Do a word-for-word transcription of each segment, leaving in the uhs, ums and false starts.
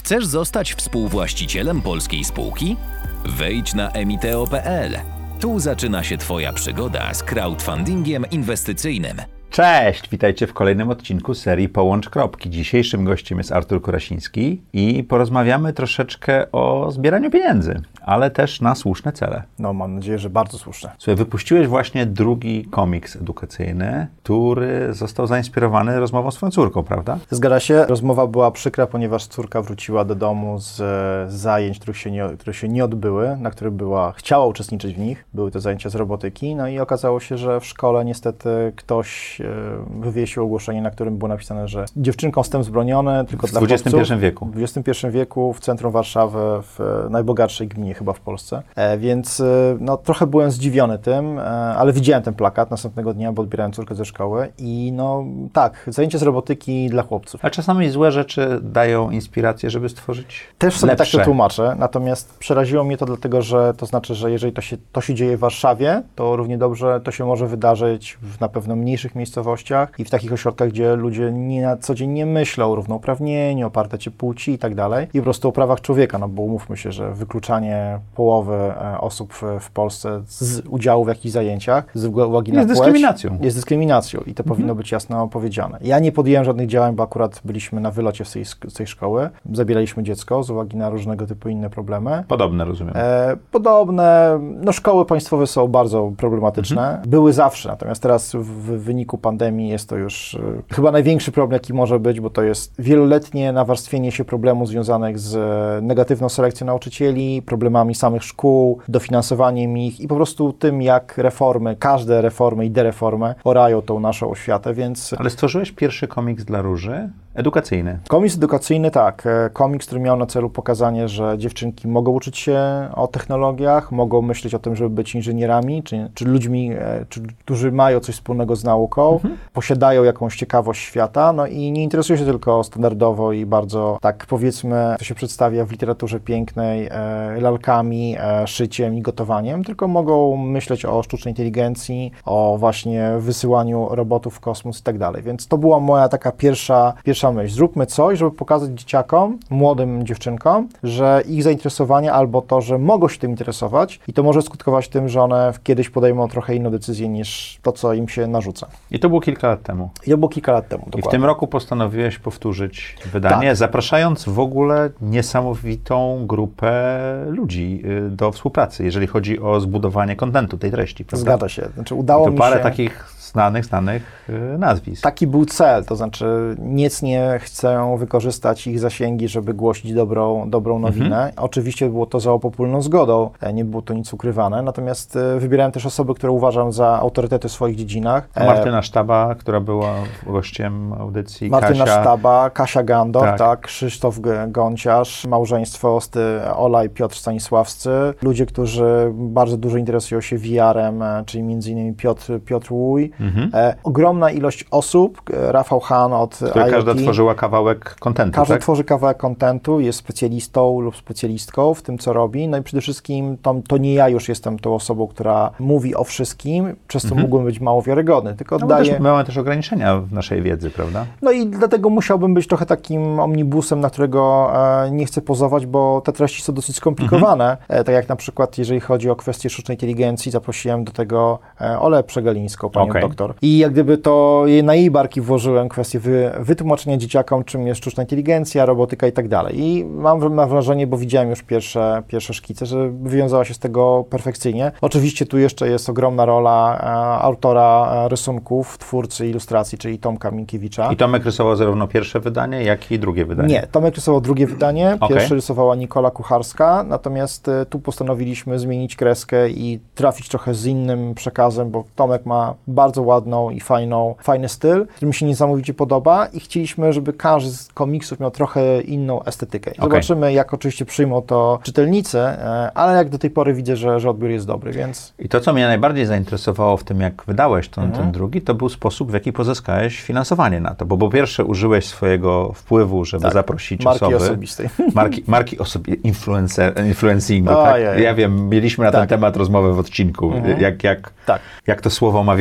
Chcesz zostać współwłaścicielem polskiej spółki? Wejdź na emiteo kropka pe el. Tu zaczyna się Twoja przygoda z crowdfundingiem inwestycyjnym. Cześć, witajcie w kolejnym odcinku serii Połącz Kropki. Dzisiejszym gościem jest Artur Kurasiński i porozmawiamy troszeczkę o zbieraniu pieniędzy, ale też na słuszne cele. No, mam nadzieję, że bardzo słuszne. Słuchaj, wypuściłeś właśnie drugi komiks edukacyjny, który został zainspirowany rozmową z twoją córką, prawda? Zgadza się. Rozmowa była przykra, ponieważ córka wróciła do domu z zajęć, których się nie, które się nie odbyły, na których była, chciała uczestniczyć w nich. Były to zajęcia z robotyki, no i okazało się, że w szkole niestety ktoś wywiesił ogłoszenie, na którym było napisane, że dziewczynkom wstęp wzbroniony, tylko w dla dwudziestym pierwszym wieku. W dwudziestym pierwszym wieku, w centrum Warszawy, w najbogatszej gminie chyba w Polsce. E, więc no, trochę byłem zdziwiony tym, e, ale widziałem ten plakat następnego dnia, bo odbierałem córkę ze szkoły i no tak, zajęcie z robotyki dla chłopców. A czasami złe rzeczy dają inspirację, żeby stworzyć Też sobie lepsze. tak to tłumaczę, natomiast przeraziło mnie to dlatego, że to znaczy, że jeżeli to się, to się dzieje w Warszawie, to równie dobrze to się może wydarzyć w na pewno mniejszych miejscowościach i w takich ośrodkach, gdzie ludzie nie na co dzień nie myślą o równouprawnieniu, o parytecie płci i tak dalej i po prostu o prawach człowieka, no bo umówmy się, że wykluczanie połowy e, osób w, w Polsce z udziału w jakichś zajęciach z uwagi na jest płeć dyskryminacją. jest dyskryminacją i to mhm. powinno być jasno powiedziane. Ja nie podjąłem żadnych działań, bo akurat byliśmy na wylocie z tej, z tej szkoły, zabieraliśmy dziecko z uwagi na różnego typu inne problemy. Podobne, rozumiem. E, podobne, no szkoły państwowe są bardzo problematyczne, mhm. były zawsze, natomiast teraz w, w wyniku pandemii jest to już y, chyba największy problem, jaki może być, bo to jest wieloletnie nawarstwienie się problemów związanych z y, negatywną selekcją nauczycieli, problemami samych szkół, dofinansowaniem ich i po prostu tym, jak reformy, każde reformy i dereformy orają tą naszą oświatę, więc... Ale stworzyłeś pierwszy komiks dla Róży, edukacyjny. Komiks edukacyjny, tak. Komiks, który miał na celu pokazanie, że dziewczynki mogą uczyć się o technologiach, mogą myśleć o tym, żeby być inżynierami, czy, czy ludźmi, czy, którzy mają coś wspólnego z nauką, mhm. posiadają jakąś ciekawość świata, no i nie interesują się tylko standardowo i bardzo, tak powiedzmy, to się przedstawia w literaturze pięknej, e, lalkami, e, szyciem i gotowaniem, tylko mogą myśleć o sztucznej inteligencji, o właśnie wysyłaniu robotów w kosmos i tak dalej. Więc to była moja taka pierwsza, pierwsza myśl. Zróbmy coś, żeby pokazać dzieciakom, młodym dziewczynkom, że ich zainteresowanie albo to, że mogą się tym interesować i to może skutkować tym, że one kiedyś podejmą trochę inną decyzję niż to, co im się narzuca. I to było kilka lat temu. I to było kilka lat temu, dokładnie. I w tym roku postanowiłeś powtórzyć wydanie, tak. zapraszając w ogóle niesamowitą grupę ludzi do współpracy, jeżeli chodzi o zbudowanie kontentu, tej treści. Prawda? Zgadza się. Znaczy, udało I to mi parę się... takich znanych, znanych nazwisk. Taki był cel, to znaczy nic nie chcę wykorzystać ich zasięgi, żeby głosić dobrą, dobrą nowinę. Mhm. Oczywiście było to za obopólną zgodą, nie było to nic ukrywane, natomiast wybierałem też osoby, które uważam za autorytety w swoich dziedzinach. Martyna Sztaba, która była gościem audycji, Martyna Kasia. Sztaba, Kasia Gandor, tak. tak, Krzysztof Gąciarz, małżeństwo Ola i Piotr Stanisławscy, ludzie, którzy bardzo dużo interesują się V R-em, czyli między innymi Piotr, Piotr Łuj. Mhm. E, ogromna ilość osób, Rafał Han od Która I O T. Każda tworzyła kawałek kontentu, Każda tak? tworzy kawałek kontentu, jest specjalistą lub specjalistką w tym, co robi. No i przede wszystkim to, to nie ja już jestem tą osobą, która mówi o wszystkim, przez co mhm. mógłbym być mało wiarygodny, tylko no daję... Też, my mamy też ograniczenia w naszej wiedzy, prawda? No i dlatego musiałbym być trochę takim omnibusem, na którego e, nie chcę pozować, bo te treści są dosyć skomplikowane. Mhm. E, tak jak na przykład, jeżeli chodzi o kwestię sztucznej inteligencji, zaprosiłem do tego e, Olę Przegalińską, panią okay. doktor. I jak gdyby to na jej barki włożyłem kwestię wy, wytłumaczenia dzieciakom, czym jest sztuczna inteligencja, robotyka i tak dalej. I mam, mam wrażenie, bo widziałem już pierwsze, pierwsze szkice, że wywiązała się z tego perfekcyjnie. Oczywiście tu jeszcze jest ogromna rola e, autora e, rysunków, twórcy ilustracji, czyli Tomka Minkiewicza. I Tomek rysował zarówno pierwsze wydanie, jak i drugie wydanie? Nie, Tomek rysował drugie wydanie, okay. pierwsze rysowała Nikola Kucharska, natomiast e, tu postanowiliśmy zmienić kreskę i trafić trochę z innym przekazem, bo Tomek ma bardzo ładną i fajną, fajny styl, który mi się niesamowicie podoba i chcieliśmy, żeby każdy z komiksów miał trochę inną estetykę. Zobaczymy, okay. jak oczywiście przyjmą to czytelnicy, ale jak do tej pory widzę, że, że odbiór jest dobry, więc... I to, co mnie najbardziej zainteresowało w tym, jak wydałeś ten, mhm. ten drugi, to był sposób, w jaki pozyskałeś finansowanie na to, bo po pierwsze użyłeś swojego wpływu, żeby tak. zaprosić marki osoby... osobistej. Marki, marki osobistej, influencer, influencingu, tak? Ja, ja. ja wiem, mieliśmy na tak. ten temat rozmowę w odcinku, mhm. jak, jak, tak. jak to słowo ma wiele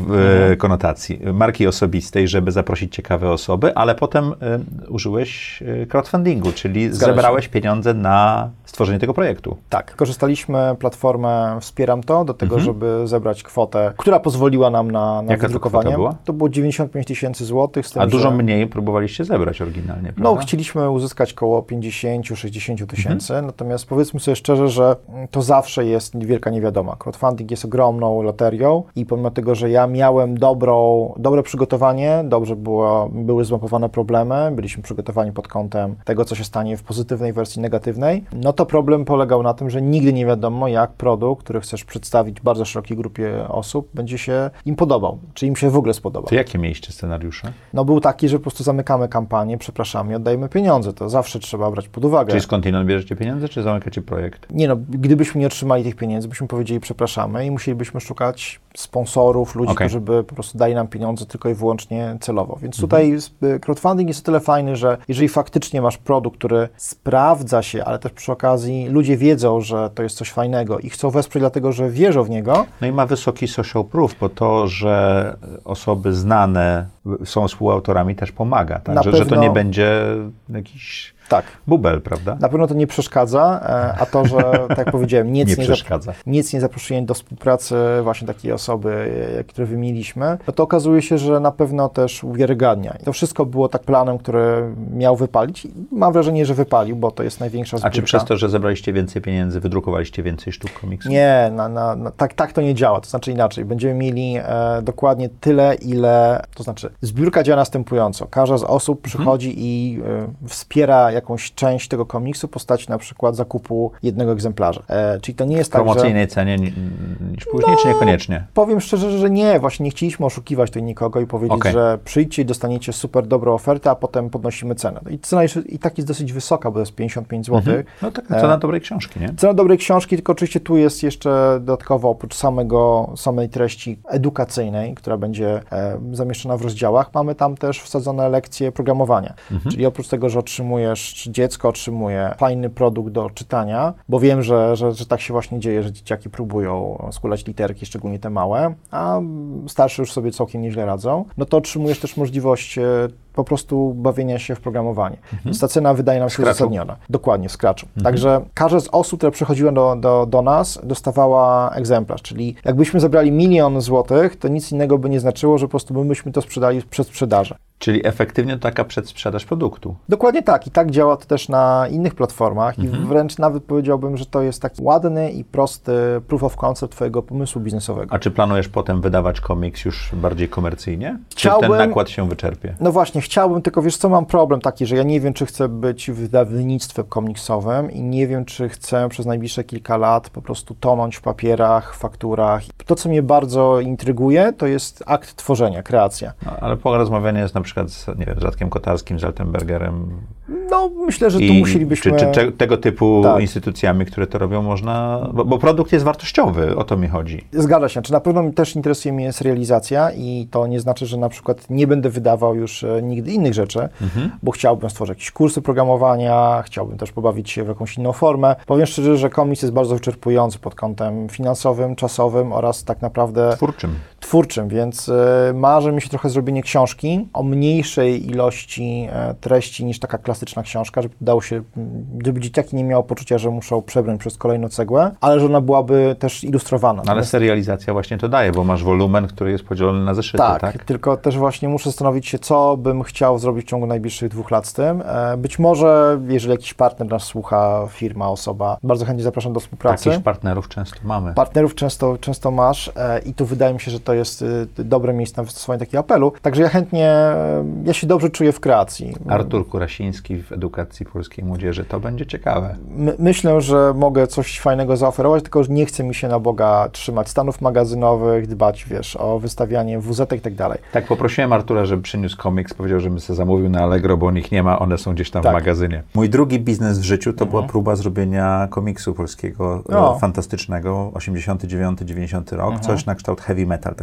mhm. konotacji, marki osobistej, żeby zaprosić ciekawe osoby, ale potem y, użyłeś crowdfundingu, czyli Zgadza zebrałeś się. pieniądze na stworzenie tego projektu. Tak, korzystaliśmy platformę Wspieram To do tego, mhm. żeby zebrać kwotę, która pozwoliła nam na, na Jaka wydrukowanie. to kwota była? To było dziewięćdziesiąt pięć tysięcy złotych. Z tym, A dużo że... mniej próbowaliście zebrać oryginalnie, prawda? No, chcieliśmy uzyskać około pięćdziesiąt do sześćdziesięciu tysięcy, mhm. natomiast powiedzmy sobie szczerze, że to zawsze jest wielka niewiadoma. Crowdfunding jest ogromną loterią i pomimo tego, że ja miałem dobrą, dobre przygotowanie, dobrze było, były zmapowane problemy, byliśmy przygotowani pod kątem tego, co się stanie w pozytywnej wersji, negatywnej, no to problem polegał na tym, że nigdy nie wiadomo, jak produkt, który chcesz przedstawić bardzo szerokiej grupie osób, będzie się im podobał, czy im się w ogóle spodoba. To jakie mieliście scenariusze? No był taki, że po prostu zamykamy kampanię, przepraszamy, oddajemy pieniądze. To zawsze trzeba brać pod uwagę. Czyli skądinąd bierzecie pieniądze, czy zamykacie projekt? Nie no, gdybyśmy nie otrzymali tych pieniędzy, byśmy powiedzieli przepraszamy i musielibyśmy szukać sponsorów, ludzi, okay. którzy by po prostu dali nam pieniądze tylko i wyłącznie celowo. Więc tutaj mhm. crowdfunding jest o tyle fajny, że jeżeli faktycznie masz produkt, który sprawdza się, ale też przy okazji ludzie wiedzą, że to jest coś fajnego i chcą wesprzeć dlatego, że wierzą w niego. No i ma wysoki social proof, bo to, że osoby znane są współautorami, też pomaga, tak? że, pewno... że to nie będzie jakiś tak. bubel, prawda? Na pewno to nie przeszkadza, a to, że tak jak powiedziałem, nic nie, nie, przeszkadza. Zap- nic nie zaproszenie do współpracy właśnie takiej osoby, które wymieniliśmy, no to okazuje się, że na pewno też uwiarygadnia. I to wszystko było tak planem, który miał wypalić i mam wrażenie, że wypalił, bo to jest największa zbiórka. A czy przez to, że zebraliście więcej pieniędzy, wydrukowaliście więcej sztuk komiksów? Nie, na, na, na, tak, tak to nie działa, to znaczy inaczej. Będziemy mieli e, dokładnie tyle, ile, to znaczy zbiórka działa następująco. Każda z osób przychodzi hmm. i e, wspiera jakąś część tego komiksu w postaci na przykład zakupu jednego egzemplarza. E, czyli to nie jest w tak, że... promocyjnej cenie niż później, no, czy niekoniecznie? Powiem szczerze, że nie. Właśnie nie chcieliśmy oszukiwać tutaj nikogo i powiedzieć, okay. że przyjdźcie i dostaniecie super dobrą ofertę, a potem podnosimy cenę. I cena jest, i tak jest dosyć wysoka, bo to jest pięćdziesiąt pięć złotych. Mhm. No tak, cena e, dobrej książki, nie? Cena dobrej książki, tylko oczywiście tu jest jeszcze dodatkowo oprócz samego, samej treści edukacyjnej, która będzie e, zamieszczona w rozdziałach, mamy tam też wsadzone lekcje programowania. Mhm. Czyli oprócz tego, że otrzymujesz, czy dziecko otrzymuje fajny produkt do czytania, bo wiem, że, że, że tak się właśnie dzieje, że dzieciaki próbują skulać literki, szczególnie te małe, a starsze już sobie całkiem nieźle radzą, no to otrzymujesz też możliwość po prostu bawienia się w programowanie. Mhm. Więc ta cena wydaje nam się uzasadniona. Dokładnie, w Scratchu. Mhm. Także każda z osób, która przychodziła do, do, do nas, dostawała egzemplarz, czyli jakbyśmy zebrali milion złotych, to nic innego by nie znaczyło, że po prostu my byśmy to sprzedali przed sprzedażą. Czyli efektywnie taka przedsprzedaż produktu. Dokładnie tak. I tak działa to też na innych platformach mhm. i wręcz nawet powiedziałbym, że to jest taki ładny i prosty proof of concept twojego pomysłu biznesowego. A czy planujesz potem wydawać komiks już bardziej komercyjnie? Chciałbym, czy ten nakład się wyczerpie? No właśnie, chciałbym, tylko wiesz co, mam problem taki, że ja nie wiem, czy chcę być wydawnictwem komiksowym i nie wiem, czy chcę przez najbliższe kilka lat po prostu tonąć w papierach, fakturach. To, co mnie bardzo intryguje, to jest akt tworzenia, kreacja. No, ale porozmawianie jest na przykład z, nie wiem, z Radkiem Kotarskim, z Altenbergerem. No, myślę, że tu I musielibyśmy... Czy, czy te, tego typu tak. instytucjami, które to robią, można... Bo, bo produkt jest wartościowy, o to mi chodzi. Zgadza się. Czy na pewno też interesuje mnie serializacja i to nie znaczy, że na przykład nie będę wydawał już nigdy innych rzeczy, mhm. bo chciałbym stworzyć jakieś kursy programowania, chciałbym też pobawić się w jakąś inną formę. Powiem szczerze, że komiks jest bardzo wyczerpujący pod kątem finansowym, czasowym oraz tak naprawdę... Twórczym. Twórczym, więc y, marzy mi się trochę zrobienie książki o mniejszej ilości e, treści niż taka klasyczna książka, żeby dało się, żeby dzieciaki nie miało poczucia, że muszą przebrnąć przez kolejną cegłę, ale że ona byłaby też ilustrowana. No ale serializacja właśnie to daje, bo masz wolumen, który jest podzielony na zeszyty, tak? Tak, tylko też właśnie muszę zastanowić się, co bym chciał zrobić w ciągu najbliższych dwóch lat z tym. E, być może, jeżeli jakiś partner nas słucha, firma, osoba, bardzo chętnie zapraszam do współpracy. Takich partnerów często mamy. Partnerów często, często masz e, i tu wydaje mi się, że to jest y, dobre miejsce na wystosowanie takiego apelu. Także ja chętnie, ja się dobrze czuję w kreacji. Artur Kurasiński w edukacji polskiej młodzieży, to będzie ciekawe. My, myślę, że mogę coś fajnego zaoferować, tylko że nie chce mi się na Boga trzymać stanów magazynowych, dbać, wiesz, o wystawianie wuzetek i tak dalej. Tak, poprosiłem Artura, żeby przyniósł komiks, powiedział, żebym sobie zamówił na Allegro, bo nich nie ma, one są gdzieś tam tak. w magazynie. Mój drugi biznes w życiu to mhm. była próba zrobienia komiksu polskiego, no. fantastycznego, osiemdziesiąty dziewiąty dziewięćdziesiąty rok, mhm. coś na kształt heavy metal, tak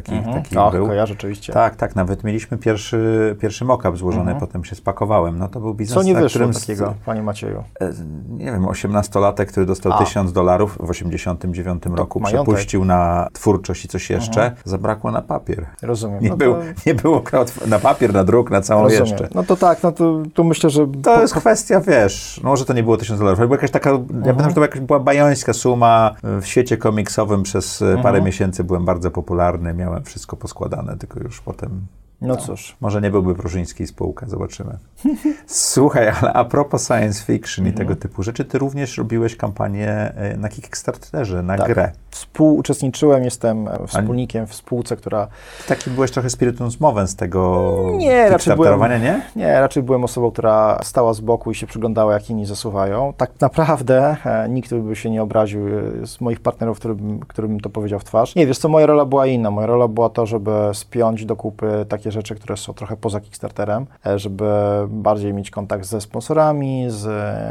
taki, Mhm. taki Och, był. kojarzę oczywiście. Tak, tak, nawet mieliśmy pierwszy, pierwszy mock-up złożony, Mhm. potem się spakowałem. No to był biznes, Co nie na wyszło którym takiego, panie Macieju? e, nie wiem, osiemnastolatek, który dostał A. tysiąc dolarów w osiemdziesiątym dziewiątym roku, majątek. przepuścił na twórczość i coś jeszcze, Mhm. zabrakło na papier. Rozumiem. Nie, no był, to, nie było crowdf- na papier, na druk, na całą rozumiem. jeszcze. No to tak, no to, to myślę, że... To jest kwestia, wiesz, no może to nie było tysiąc dolarów, ale była jakaś taka, ja pamiętam, że to była jakaś była bajońska suma. W świecie komiksowym przez e, parę Mhm. miesięcy byłem bardzo popularny, miałem wszystko poskładane, tylko już potem... No cóż. Może nie byłby Prużyński spółka, zobaczymy. Słuchaj, ale a propos science fiction i Mhm. tego typu rzeczy, ty również robiłeś kampanię e, na Kickstarterze, na Tak. grę. Współuczestniczyłem, jestem e, wspólnikiem w spółce, która... Taki byłeś trochę spiritus movens z tego Nie, raczej byłem- Kickstarterowania, nie? Nie, raczej byłem osobą, która stała z boku i się przyglądała, jak inni zasuwają. Tak naprawdę e, nikt by się nie obraził e, z moich partnerów, którym, którym to powiedział w twarz. Nie, wiesz co, moja rola była inna. Moja rola była to, żeby spiąć do kupy takie rzeczy, które są trochę poza Kickstarterem, e, żeby bardziej mieć kontakt ze sponsorami, z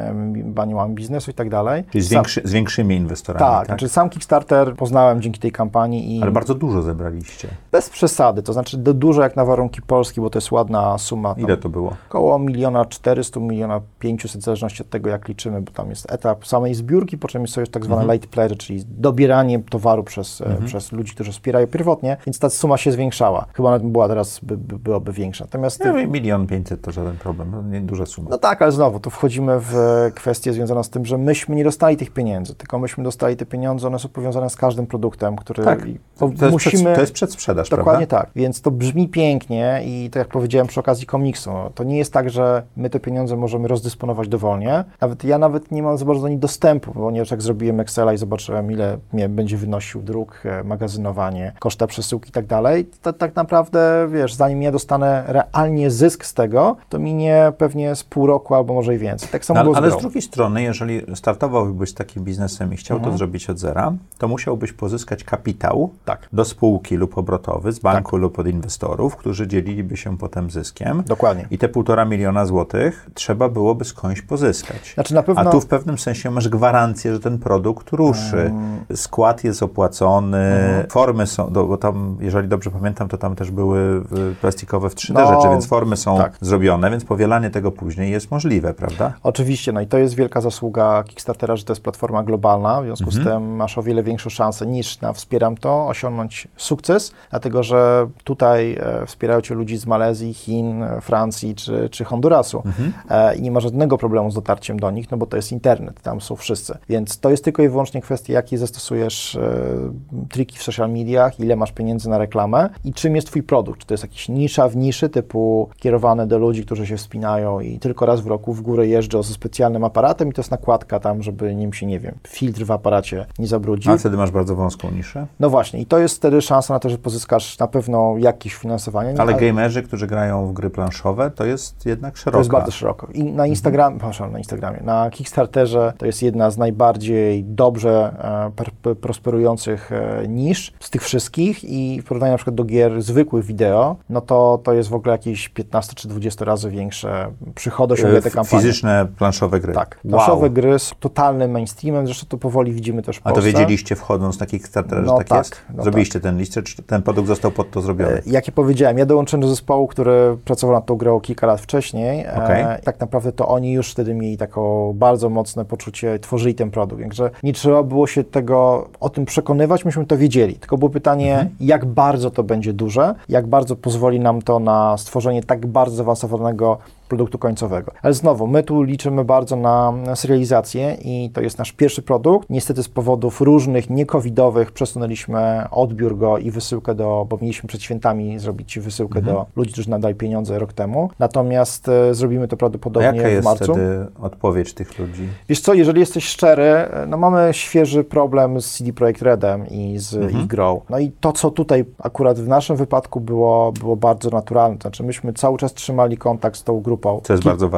e, aniołami biznesu i tak dalej. Czyli z, Sam- większy, z większymi inwestorami, Tak, tak? znaczy sam Kickstarter poznałem dzięki tej kampanii i Ale bardzo dużo zebraliście. bez przesady, to znaczy do- dużo jak na warunki Polski, bo to jest ładna suma. Tam Ile to było? Około miliona czterysta, miliona pięćset, w zależności od tego, jak liczymy, bo tam jest etap samej zbiórki, po czym jest sobie tak zwane Mhm. light pledge, czyli dobieranie towaru przez, e, Mhm. przez ludzi, którzy wspierają pierwotnie, więc ta suma się zwiększała. Chyba nawet była teraz, by, by, byłaby większa. Natomiast Nie, milion pięćset to żaden problem, no, nie duża suma. no tak, ale znowu, tu wchodzimy w kwestię związaną z tym, że myśmy nie dostali tych pieniędzy, tylko myśmy dostali te pieniądze, one są powiązane z każdym produktem, który Tak, i- to, bo to, jest musimy... przed, to jest przedsprzedaż, Dokładnie prawda? tak, więc to brzmi pięknie i tak jak powiedziałem przy okazji komiksu, no, to nie jest tak, że my te pieniądze możemy rozdysponować dowolnie. Nawet ja nawet nie mam za bardzo do nich dostępu, ponieważ jak zrobiłem Excela i zobaczyłem, ile mnie będzie wynosił druk, e, magazynowanie, koszta przesyłki i tak dalej, to tak naprawdę, wiesz, zanim ja dostanę realnie zysk z tego, to minie pewnie z pół roku albo może i więcej. Tak samo No, było z ale grą. z drugiej strony, jeżeli startowałbyś z takim biznesem i chciał Mhm. to zrobić od zera, to musiałbyś pozyskać kapitał Tak, do spółki lub obrotowy, z banku lub od inwestorów, którzy dzieliliby się potem zyskiem. dokładnie. I te półtora miliona złotych trzeba byłoby skądś pozyskać. Znaczy na pewno... A tu w pewnym sensie masz gwarancję, że ten produkt ruszy. Mm. Skład jest opłacony, Mhm. formy są, do, bo tam, jeżeli dobrze pamiętam, to tam też były y, plastikowe w trzy D No, rzeczy, więc formy są tak. zrobione, więc powielanie tego później jest możliwe, prawda? Oczywiście, no i to jest wielka zasługa Kickstartera, że to jest platforma globalna, w związku Mhm. z tym masz o wiele większą szansę niż na Wspieram to osiągnąć sukces, dlatego że tutaj e, wspierają cię ludzi z Malezji, Chin, e, Francji czy, czy Hondurasu Mhm. e, i nie ma żadnego problemu z dotarciem do nich, no bo to jest internet, tam są wszyscy, więc to jest tylko i wyłącznie kwestia, jakie zastosujesz e, triki w social mediach, ile masz pieniędzy na reklamę i czym jest twój produkt, czy to jest jakiś nisza w niszy typu kierowane do ludzi, którzy się wspinają i tylko raz w roku w górę jeżdżą ze specjalnym aparatem i to jest nakładka tam, żeby nim się, nie wiem, filtr w aparacie nie zabrudził. A wtedy masz bardzo wąską niszę. No właśnie i to jest wtedy szansa na to, że pozyskasz na pewno jakieś finansowanie. Ale a- gamerzy, którzy grają w gry planszowe, to jest jednak szeroko. To jest bardzo szeroko. I na Instagramie, przepraszam, na Instagramie, na Kickstarterze to jest jedna z najbardziej dobrze e, per, per, prosperujących e, nisz z tych wszystkich i w porównaniu na przykład do gier zwykłych wideo, no to to jest w ogóle jakieś piętnaście czy dwadzieścia razy większe przychody osiągnięte te F- kampanie. Fizyczne planszowe gry. Tak. Wow. Planszowe gry z totalnym mainstreamem, zresztą to powoli widzimy też w A to Polsce. wiedzieliście wchodząc na Kickstarter, że No tak, tak, jest? no Zrobiliście ten list, czy ten produkt został pod to zrobiony? E, Jak ja powiedziałem, ja dołączyłem do zespołu, który pracował nad tą grą kilka lat wcześniej. Okej. E, tak naprawdę to oni już wtedy mieli taką bardzo mocne poczucie, tworzyli ten produkt. Także nie trzeba było się tego o tym przekonywać, myśmy to wiedzieli. Tylko było pytanie, Mhm. jak bardzo to będzie duże, jak bardzo pozwoli nam to na stworzenie tak bardzo zaawansowanego produktu końcowego. Ale znowu, my tu liczymy bardzo na serializację i to jest nasz pierwszy produkt. Niestety z powodów różnych, nie-covidowych przesunęliśmy odbiór go i wysyłkę do, bo mieliśmy przed świętami zrobić wysyłkę Mhm. do ludzi, którzy nadali pieniądze rok temu. Natomiast e, zrobimy to A prawdopodobnie jaka w jest marcu. wtedy odpowiedź tych ludzi? Wiesz co, jeżeli jesteś szczery, e, no mamy świeży problem z C D Projekt Redem i z Mhm. ich grą. No i to, co tutaj akurat w naszym wypadku było, było bardzo naturalne. To znaczy myśmy cały czas trzymali kontakt z tą grupą. Co jest Ki- bardzo ważne.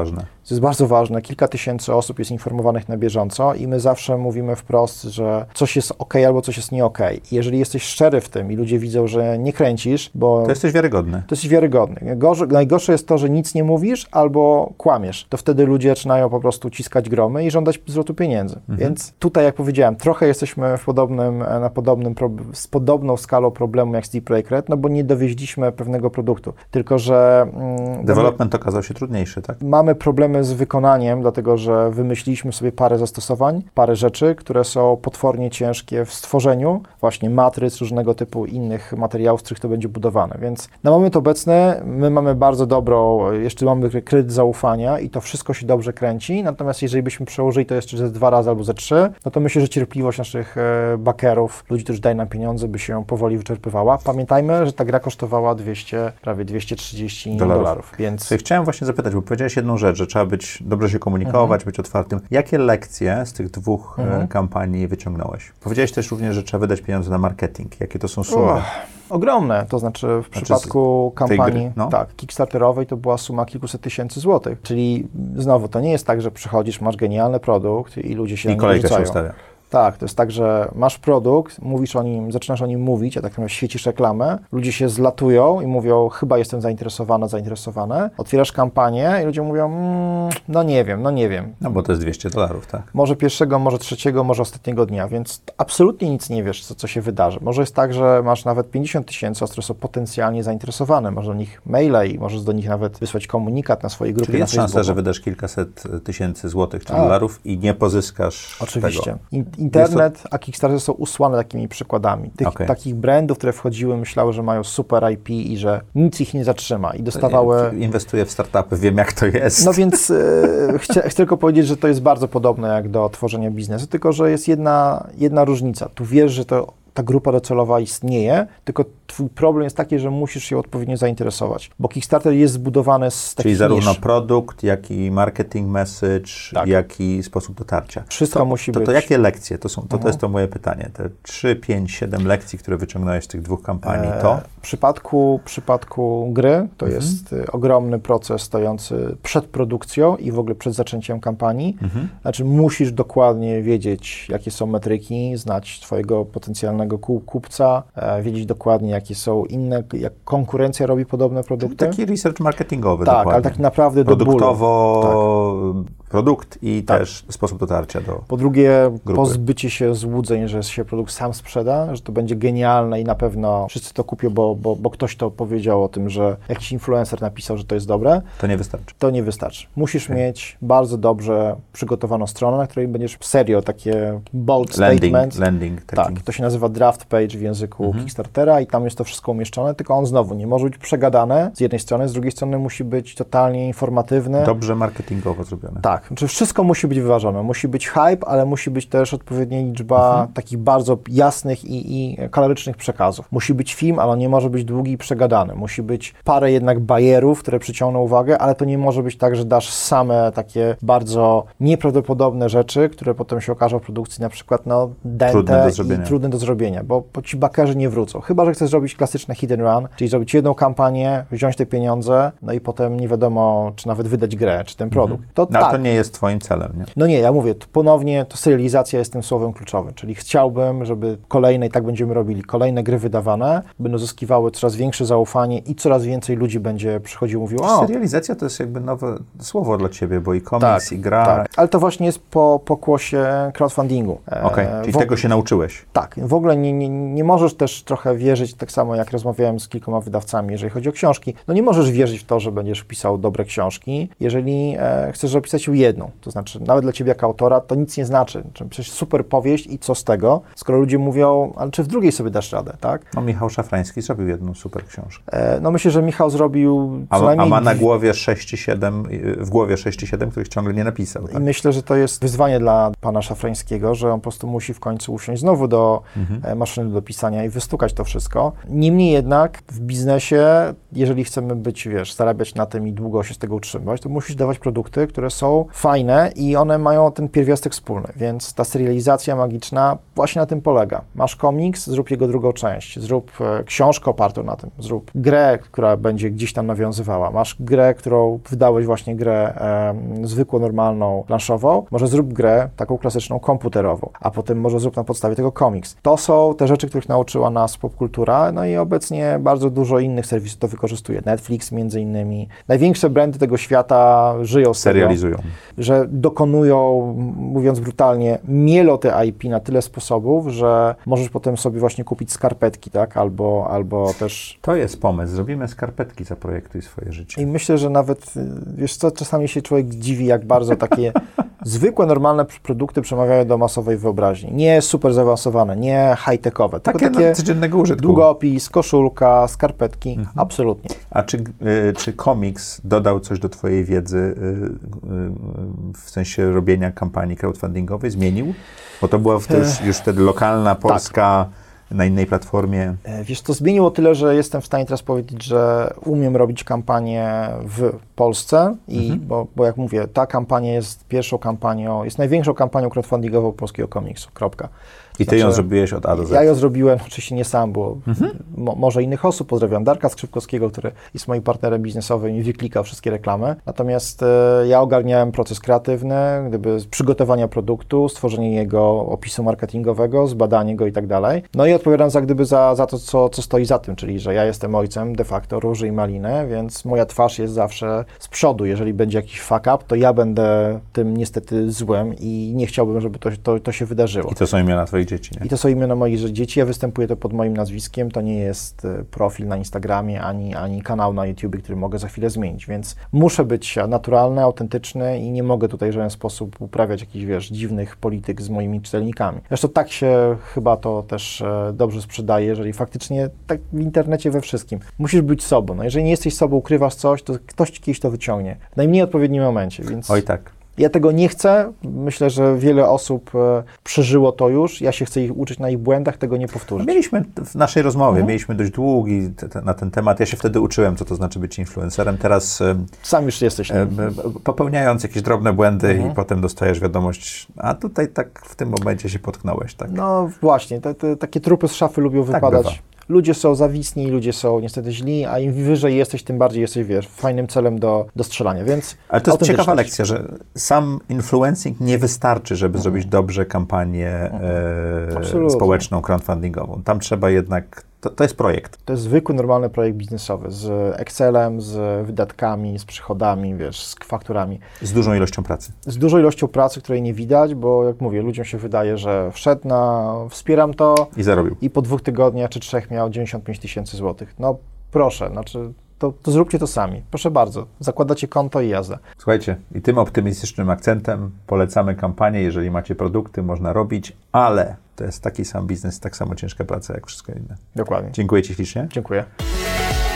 co jest bardzo ważne, kilka tysięcy osób jest informowanych na bieżąco i my zawsze mówimy wprost, że coś jest ok albo coś jest nie ok. I jeżeli jesteś szczery w tym i ludzie widzą, że nie kręcisz, bo... To jesteś wiarygodny. To jesteś wiarygodny. Gorzej, najgorsze jest to, że nic nie mówisz albo kłamiesz. To wtedy ludzie zaczynają po prostu ciskać gromy i żądać zwrotu pieniędzy. Mhm. Więc tutaj, jak powiedziałem, trochę jesteśmy w podobnym, na podobnym, z podobną skalą problemu jak z Deep Lake Red, no bo nie dowieźliśmy pewnego produktu. Tylko, że... Mm, Development mamy, okazał się trudniejszy, tak? Mamy problemy z wykonaniem, dlatego, że wymyśliliśmy sobie parę zastosowań, parę rzeczy, które są potwornie ciężkie w stworzeniu, właśnie matryc, różnego typu innych materiałów, z których to będzie budowane. Więc na moment obecny my mamy bardzo dobrą, jeszcze mamy kredyt zaufania i to wszystko się dobrze kręci, natomiast jeżeli byśmy przełożyli to jeszcze ze dwa razy albo ze trzy, no to myślę, że cierpliwość naszych e, bakerów, ludzi, którzy dają nam pieniądze, by się powoli wyczerpywała. Pamiętajmy, że ta gra kosztowała dwieście, prawie dwieście trzydzieści dolarów, dolarów więc... Słuchaj, chciałem właśnie zapytać, bo powiedziałeś jedną rzecz, że trzeba być, dobrze się komunikować, mhm. być otwartym. Jakie lekcje z tych dwóch mhm. e, kampanii wyciągnąłeś? Powiedziałeś też również, że trzeba wydać pieniądze na marketing. Jakie to są sumy? Uch. Ogromne, to znaczy w znaczy przypadku kampanii gry, no? tak, kickstarterowej to była suma kilkuset tysięcy złotych, czyli znowu to nie jest tak, że przychodzisz, masz genialny produkt i ludzie się I kolejka się ustawia. Tak, to jest tak, że masz produkt, mówisz o nim, zaczynasz o nim mówić, a tak naprawdę świecisz reklamę, ludzie się zlatują i mówią, chyba jestem zainteresowana, zainteresowane. Otwierasz kampanię i ludzie mówią, mmm, no nie wiem, no nie wiem. No bo to jest dwieście dolarów, tak? Może pierwszego, może trzeciego, może ostatniego dnia, więc absolutnie nic nie wiesz, co, co się wydarzy. Może jest tak, że masz nawet pięćdziesiąt tysięcy osób, które są potencjalnie zainteresowane, możesz do nich maile i możesz do nich nawet wysłać komunikat na swojej grupie. Czyli jest na szansa, że wydasz kilkaset tysięcy złotych czy a. dolarów i nie pozyskasz Oczywiście. tego. Internet, a Kickstarter są usłane takimi przykładami. Tych, okay. Takich brandów, które wchodziły, myślały, że mają super I P i że nic ich nie zatrzyma i dostawały... Inwestuję w startupy, wiem jak to jest. No więc e, chcę, chcę tylko powiedzieć, że to jest bardzo podobne jak do tworzenia biznesu, tylko że jest jedna, jedna różnica. Tu wiesz, że to ta grupa docelowa istnieje, tylko twój problem jest taki, że musisz się odpowiednio zainteresować, bo Kickstarter jest zbudowany z takich Czyli zarówno nisz. produkt, jak i marketing message, tak. jak i sposób dotarcia. Wszystko to, musi to, być... To jakie lekcje? To, są, to, mhm. to jest to moje pytanie. Te trzy, pięć, siedem lekcji, które wyciągnąłeś z tych dwóch kampanii, to? W przypadku, w przypadku gry to mhm. jest y, ogromny proces stojący przed produkcją i w ogóle przed zaczęciem kampanii. Mhm. Znaczy musisz dokładnie wiedzieć, jakie są metryki, znać twojego potencjalnego kup kupca, e, wiedzieć dokładnie, jakie są inne, jak konkurencja robi podobne produkty. Czyli taki research marketingowy. Tak, dokładnie. ale tak naprawdę do Produktowo, bólu. Tak. Produkt i tak. też sposób dotarcia do Po drugie, grupy. Pozbycie się złudzeń, że się produkt sam sprzeda, że to będzie genialne i na pewno wszyscy to kupią, bo, bo, bo ktoś to powiedział o tym, że jakiś influencer napisał, że to jest dobre. To nie wystarczy. To nie wystarczy. Musisz okay. mieć bardzo dobrze przygotowaną stronę, na której będziesz serio takie bold landing, statement. Landing. Taki. Tak, to się nazywa draft page w języku mhm. Kickstartera i tam jest to wszystko umieszczone, tylko on znowu nie może być przegadane z jednej strony, z drugiej strony musi być totalnie informatywny. Dobrze marketingowo zrobione. Tak, znaczy wszystko musi być wyważone. Musi być hype, ale musi być też odpowiednia liczba mhm. takich bardzo jasnych i, i kalorycznych przekazów. Musi być film, ale on nie może być długi i przegadany. Musi być parę jednak bajerów, które przyciągną uwagę, ale to nie może być tak, że dasz same takie bardzo nieprawdopodobne rzeczy, które potem się okażą w produkcji na przykład no dęte i trudne do zrobienia, bo, bo ci bakerzy nie wrócą. Chyba że chcesz zrobić klasyczne hit and run, czyli zrobić jedną kampanię, wziąć te pieniądze, no i potem nie wiadomo, czy nawet wydać grę, czy ten produkt. Mhm. To no, tak. to nie jest twoim celem, nie? No nie, ja mówię, to ponownie to serializacja jest tym słowem kluczowym, czyli chciałbym, żeby kolejne, i tak będziemy robili, kolejne gry wydawane będą zyskiwały coraz większe zaufanie i coraz więcej ludzi będzie przychodziło i mówiło, o... Serializacja to jest jakby nowe słowo dla ciebie, bo i komiks, tak, i gra... Tak, ale to właśnie jest po pokłosie crowdfundingu. Okej, okay, czyli w... tego się nauczyłeś. Tak, w ogóle nie, nie, nie możesz też trochę wierzyć, tak samo jak rozmawiałem z kilkoma wydawcami, jeżeli chodzi o książki, no nie możesz wierzyć w to, że będziesz pisał dobre książki, jeżeli e, chcesz opisać ją jedną, to znaczy nawet dla ciebie jako autora to nic nie znaczy, przecież super powieść i co z tego, skoro ludzie mówią, ale czy w drugiej sobie dasz radę, tak? No Michał Szafrański zrobił jedną super książkę. E, no myślę, że Michał zrobił a, co najmniej... A ma na głowie sześć czy siedem, w głowie sześć czy siedem, których ciągle nie napisał. Tak? I myślę, że to jest wyzwanie dla pana Szafrańskiego, że on po prostu musi w końcu usiąść znowu do mhm. maszyny do pisania i wystukać to wszystko. Niemniej jednak w biznesie, jeżeli chcemy być, wiesz, zarabiać na tym i długo się z tego utrzymywać, to musisz dawać produkty, które są są fajne i one mają ten pierwiastek wspólny, więc ta serializacja magiczna właśnie na tym polega. Masz komiks, zrób jego drugą część, zrób e, książkę opartą na tym, zrób grę, która będzie gdzieś tam nawiązywała. Masz grę, którą wydałeś właśnie grę e, zwykłą, normalną, planszową, może zrób grę taką klasyczną, komputerową, a potem może zrób na podstawie tego komiks. To są te rzeczy, których nauczyła nas popkultura, no i obecnie bardzo dużo innych serwisów to wykorzystuje. Netflix między innymi. Największe brandy tego świata żyją z Serializują. tego, że dokonują, mówiąc brutalnie, mielą te I P na tyle sposobów, że możesz potem sobie właśnie kupić skarpetki, tak, albo, albo też... To jest pomysł. Zrobimy skarpetki, zaprojektuj swoje życie. I myślę, że nawet, wiesz co, czasami się człowiek dziwi, jak bardzo takie zwykłe, normalne produkty przemawiają do masowej wyobraźni. Nie super zaawansowane, nie high-techowe, tylko Takie, takie no, codziennego użytku. długopis, koszulka, skarpetki, mhm. absolutnie. A czy, y, czy komiks dodał coś do twojej wiedzy y, y, w sensie robienia kampanii crowdfundingowej? Zmienił? Bo to była wtedy już, już wtedy lokalna, polska, tak. na innej platformie. Wiesz, to zmieniło tyle, że jestem w stanie teraz powiedzieć, że umiem robić kampanię w Polsce, i mhm. bo, bo jak mówię, ta kampania jest pierwszą kampanią, jest największą kampanią crowdfundingową polskiego komiksu, kropka. I ty znaczy, ją zrobiłeś od A do Z? Ja ją zrobiłem, oczywiście nie sam, bo mhm. mo, może innych osób. Pozdrawiam Darka Skrzypkowskiego, który jest moim partnerem biznesowym i wyklikał wszystkie reklamy. Natomiast e, ja ogarniałem proces kreatywny, gdyby przygotowania produktu, stworzenie jego opisu marketingowego, zbadanie go i tak dalej. No i odpowiadam za gdyby za, za to, co, co stoi za tym, czyli że ja jestem ojcem de facto Róży i Maliny, więc moja twarz jest zawsze z przodu. Jeżeli będzie jakiś fuck up, to ja będę tym niestety złym i nie chciałbym, żeby to, to, to się wydarzyło. I to są imiona twoich dzieci, nie? I to są imiona moich dzieci. Ja występuję to pod moim nazwiskiem. To nie jest profil na Instagramie, ani, ani kanał na YouTube, który mogę za chwilę zmienić, więc muszę być naturalny, autentyczny i nie mogę tutaj w żaden sposób uprawiać jakichś, wiesz, dziwnych polityk z moimi czytelnikami. Zresztą tak się chyba to też e, dobrze sprzedaje, jeżeli faktycznie tak w internecie we wszystkim. Musisz być sobą. No jeżeli nie jesteś sobą, ukrywasz coś, to ktoś ci kiedyś to wyciągnie. W najmniej odpowiednim momencie, więc... Oj tak. Ja tego nie chcę. Myślę, że wiele osób e, przeżyło to już. Ja się chcę ich uczyć na ich błędach, tego nie powtórzyć. No mieliśmy w naszej rozmowie, mhm. mieliśmy dość długi te, te, na ten temat. Ja się wtedy uczyłem, co to znaczy być influencerem. Teraz e, sam już jesteś. E, popełniając jakieś drobne błędy mhm. i potem dostajesz wiadomość, a tutaj tak w tym momencie się potknąłeś. Tak? No właśnie, te, te, takie trupy z szafy lubią tak wypadać. Bywa. Ludzie są zawisni, ludzie są niestety źli, a im wyżej jesteś, tym bardziej jesteś, wiesz, fajnym celem do, do strzelania, więc... Ale to jest ciekawa lekcja, że sam influencing nie wystarczy, żeby mhm. zrobić dobrze kampanię mhm. e, społeczną, crowdfundingową. Tam trzeba jednak... To, to jest projekt. To jest zwykły, normalny projekt biznesowy z Excelem, z wydatkami, z przychodami, wiesz, z fakturami. Z dużą ilością pracy. Z dużą ilością pracy, której nie widać, bo jak mówię, ludziom się wydaje, że wszedł na wspieram to i zarobił. I po dwóch tygodniach czy trzech miał dziewięćdziesiąt pięć tysięcy złotych. No proszę, znaczy to, to zróbcie to sami. Proszę bardzo. Zakładacie konto i jazda. Słuchajcie, i tym optymistycznym akcentem polecamy kampanię. Jeżeli macie produkty, można robić, ale to jest taki sam biznes, tak samo ciężka praca jak wszystko inne. Dokładnie. Dziękuję Ci ślicznie. Dziękuję.